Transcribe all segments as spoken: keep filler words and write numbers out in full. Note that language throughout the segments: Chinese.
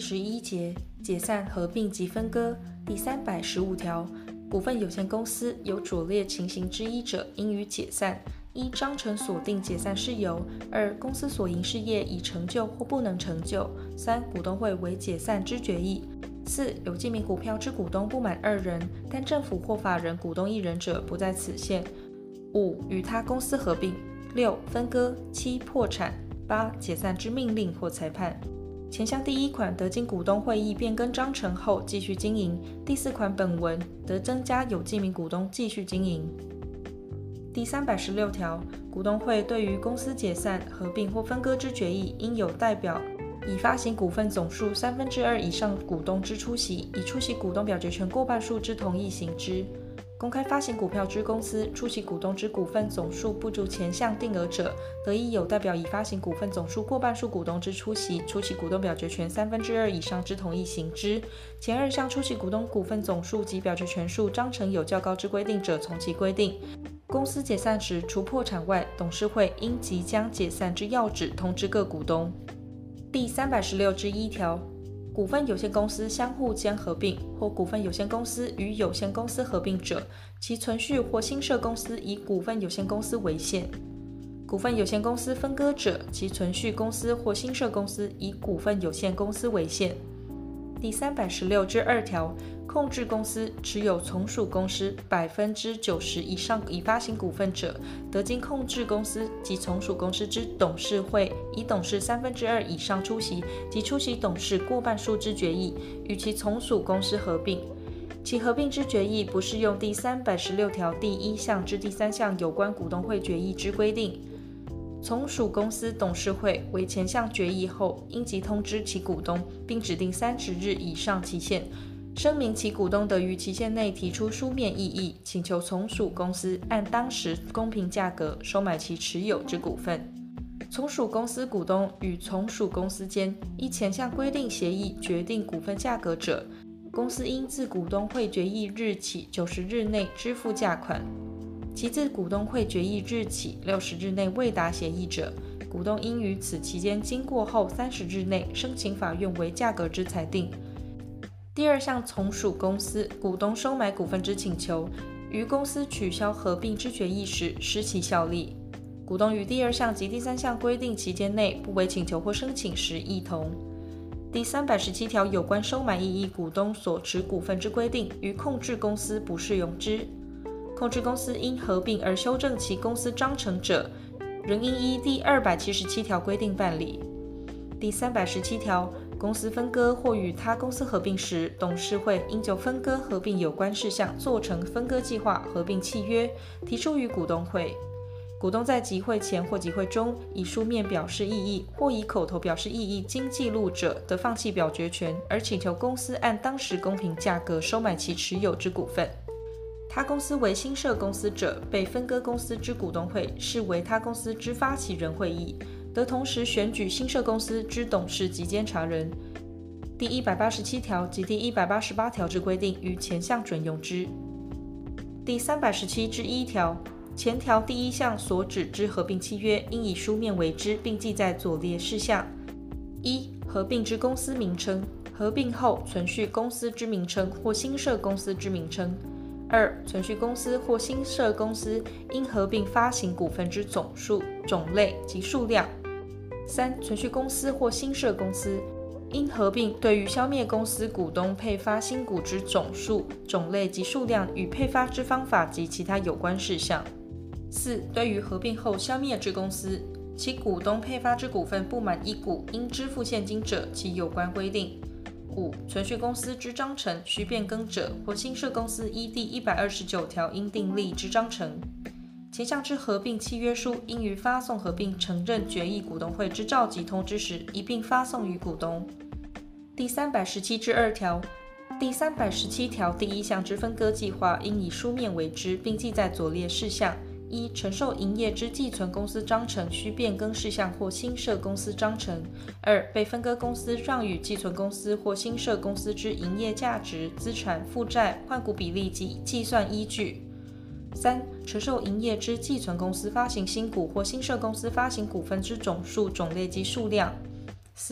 十一节解散、合并及分割。第三百十五条，股份有限公司有左列情形之一者，应予解散：一、章程所定解散事由；二、公司所营事业已成就或不能成就；三、股东会为解散之决议；四、有记名股票之股东不满二人，但政府或法人股东一人者，不在此限；五、与他公司合并；六、分割；七、破产；八、解散之命令或裁判。前项第一款得经股东会议变更章程后继续经营，第四款本文得增加有记名股东继续经营。第三百十六条，股东会对于公司解散、合并或分割之决议，应有代表以发行股份总数三分之二以上股东之出席，以出席股东表决权过半数之同意行之。公开发行股票之公司，出席股东之股份总数不足前项定额者，得以有代表以发行股份总数过半数股东之出席，出席股东表决权三分之二以上之同意行之。前二项出席股东股份总数及表决权数章程有较高之规定者，从其规定。公司解散时，除破产外，董事会应即将解散之要旨通知各股东。第三百十六之一条，股份有限公司相互间合并，或股份有限公司与有限公司合并者，其存续或新设公司以股份有限公司为限；股份有限公司分割者，其存续公司或新设公司以股份有限公司为限。第三百十六之二条，控制公司持有从属公司百分之九十以上已发行股份者，得经控制公司及从属公司之董事会以董事三分之二以上出席及出席董事过半数之决议，与其从属公司合并。其合并之决议不适用第三百十六条第一项至第三项有关股东会决议之规定。从属公司董事会为前项决议后，应即通知其股东，并指定三十日以上期限，声明其股东得于期限内提出书面异议，请求从属公司按当时公平价格收买其持有之股份。从属公司股东与从属公司间依前项规定协议决定股份价格者，公司应自股东会决议日起九十日内支付价款。其自股东会决议日起六十日内未达协议者，股东应于此期间经过后三十日内申请法院为价格之裁定。第二项从属公司股东收买股份之请求，于公司取消合并之决议时失其效力。股东于第二项及第三项规定期间内不为请求或申请时异同。第三百十七条有关收买异议股东所持股份之规定，于控制公司不适用之。控制公司因合并而修正其公司章程者，仍应依第二百七十七条规定办理。第三百十七条，公司分割或与他公司合并时，董事会应就分割合并有关事项做成分割计划、合并契约，提出于股东会。股东在集会前或集会中以书面表示异议，或以口头表示异议经记录者，得放弃表决权，而请求公司按当时公平价格收买其持有之股份。他公司为新设公司者，被分割公司之股东会视为他公司之发起人会议，得同时选举新设公司之董事及监察人。第一百八十七条及第一百八十八条之规定于前项准用之。第三百十七之一条，前条第一项所指之合并契约，应以书面为之，并记载左列事项：一、合并之公司名称，合并后存续公司之名称或新设公司之名称；二、存续公司或新设公司因合并发行股份之总数、种类及数量；三、存续公司或新设公司因合并对于消灭公司股东配发新股之总数、种类及数量与配发之方法及其他有关事项；四、对于合并后消灭之公司，其股东配发之股份不满一股应支付现金者，其有关规定；五、存续公司之章程需变更者，或新设公司依第一百二十九条应订立之章程。前项之合并契约书，应于发送合并承认决议股东会之召集通知时，一并发送于股东。第三百十七之二条，第三百十七条第一项之分割计划，应以书面为之，并记载左列事项：一、承受营业之寄存公司章程需变更事项或新设公司章程；二、被分割公司让与寄存公司或新设公司之营业价值、资产、负债、换股比例及计算依据；三、承受营业之寄存公司发行新股或新设公司发行股份之总数、种类及数量；四、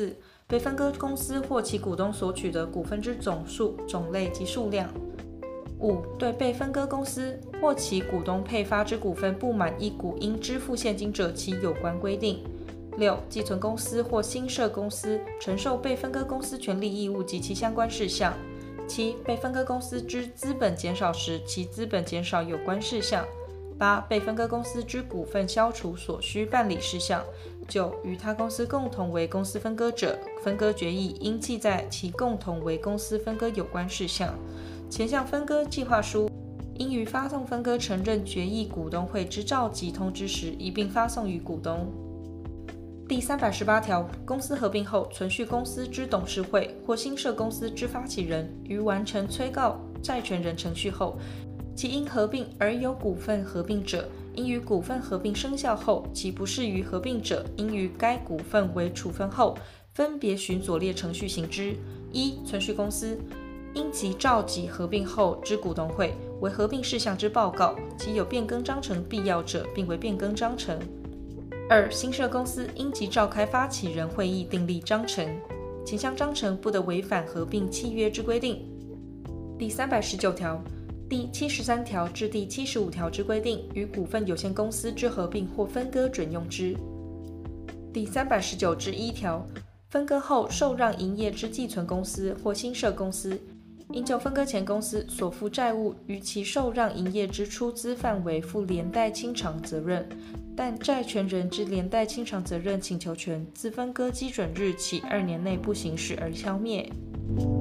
被分割公司或其股东所取得股份之总数、种类及数量。五、对被分割公司或其股东配发之股份不满一股应支付现金者其有关规定。六、寄存公司或新设公司承受被分割公司权利义务及其相关事项。七、被分割公司之资本减少时，其资本减少有关事项。八、被分割公司之股份消除所需办理事项。九、与他公司共同为公司分割者，分割决议应记载其共同为公司分割有关事项。前项分割计划书应于发送分割承认决议股东会之召集通知时一并发送于股东。第三百十八条，公司合并后，存续公司之董事会或新设公司之发起人于完成催告债权人程序后，其因合并而有股份合并者，应于股份合并生效后；其不适于合并者，应于该股份为处分后，分别循左列程序行之：一、存续公司应即召集合并后之股东会，为合并事项之报告，其有变更章程必要者，并为变更章程。二、新设公司应即召开发起人会议订立章程，前项章程不得违反合并契约之规定。第三百十九条、第七十三条至第七十五条之规定，与股份有限公司之合并或分割准用之。第三百十九之一条，分割后受让营业之寄存公司或新设公司，应就分割前公司所负债务与其受让营业之出资范围负连带清偿责任，但债权人之连带清偿责任请求权自分割基准日起二年内不行使而消灭。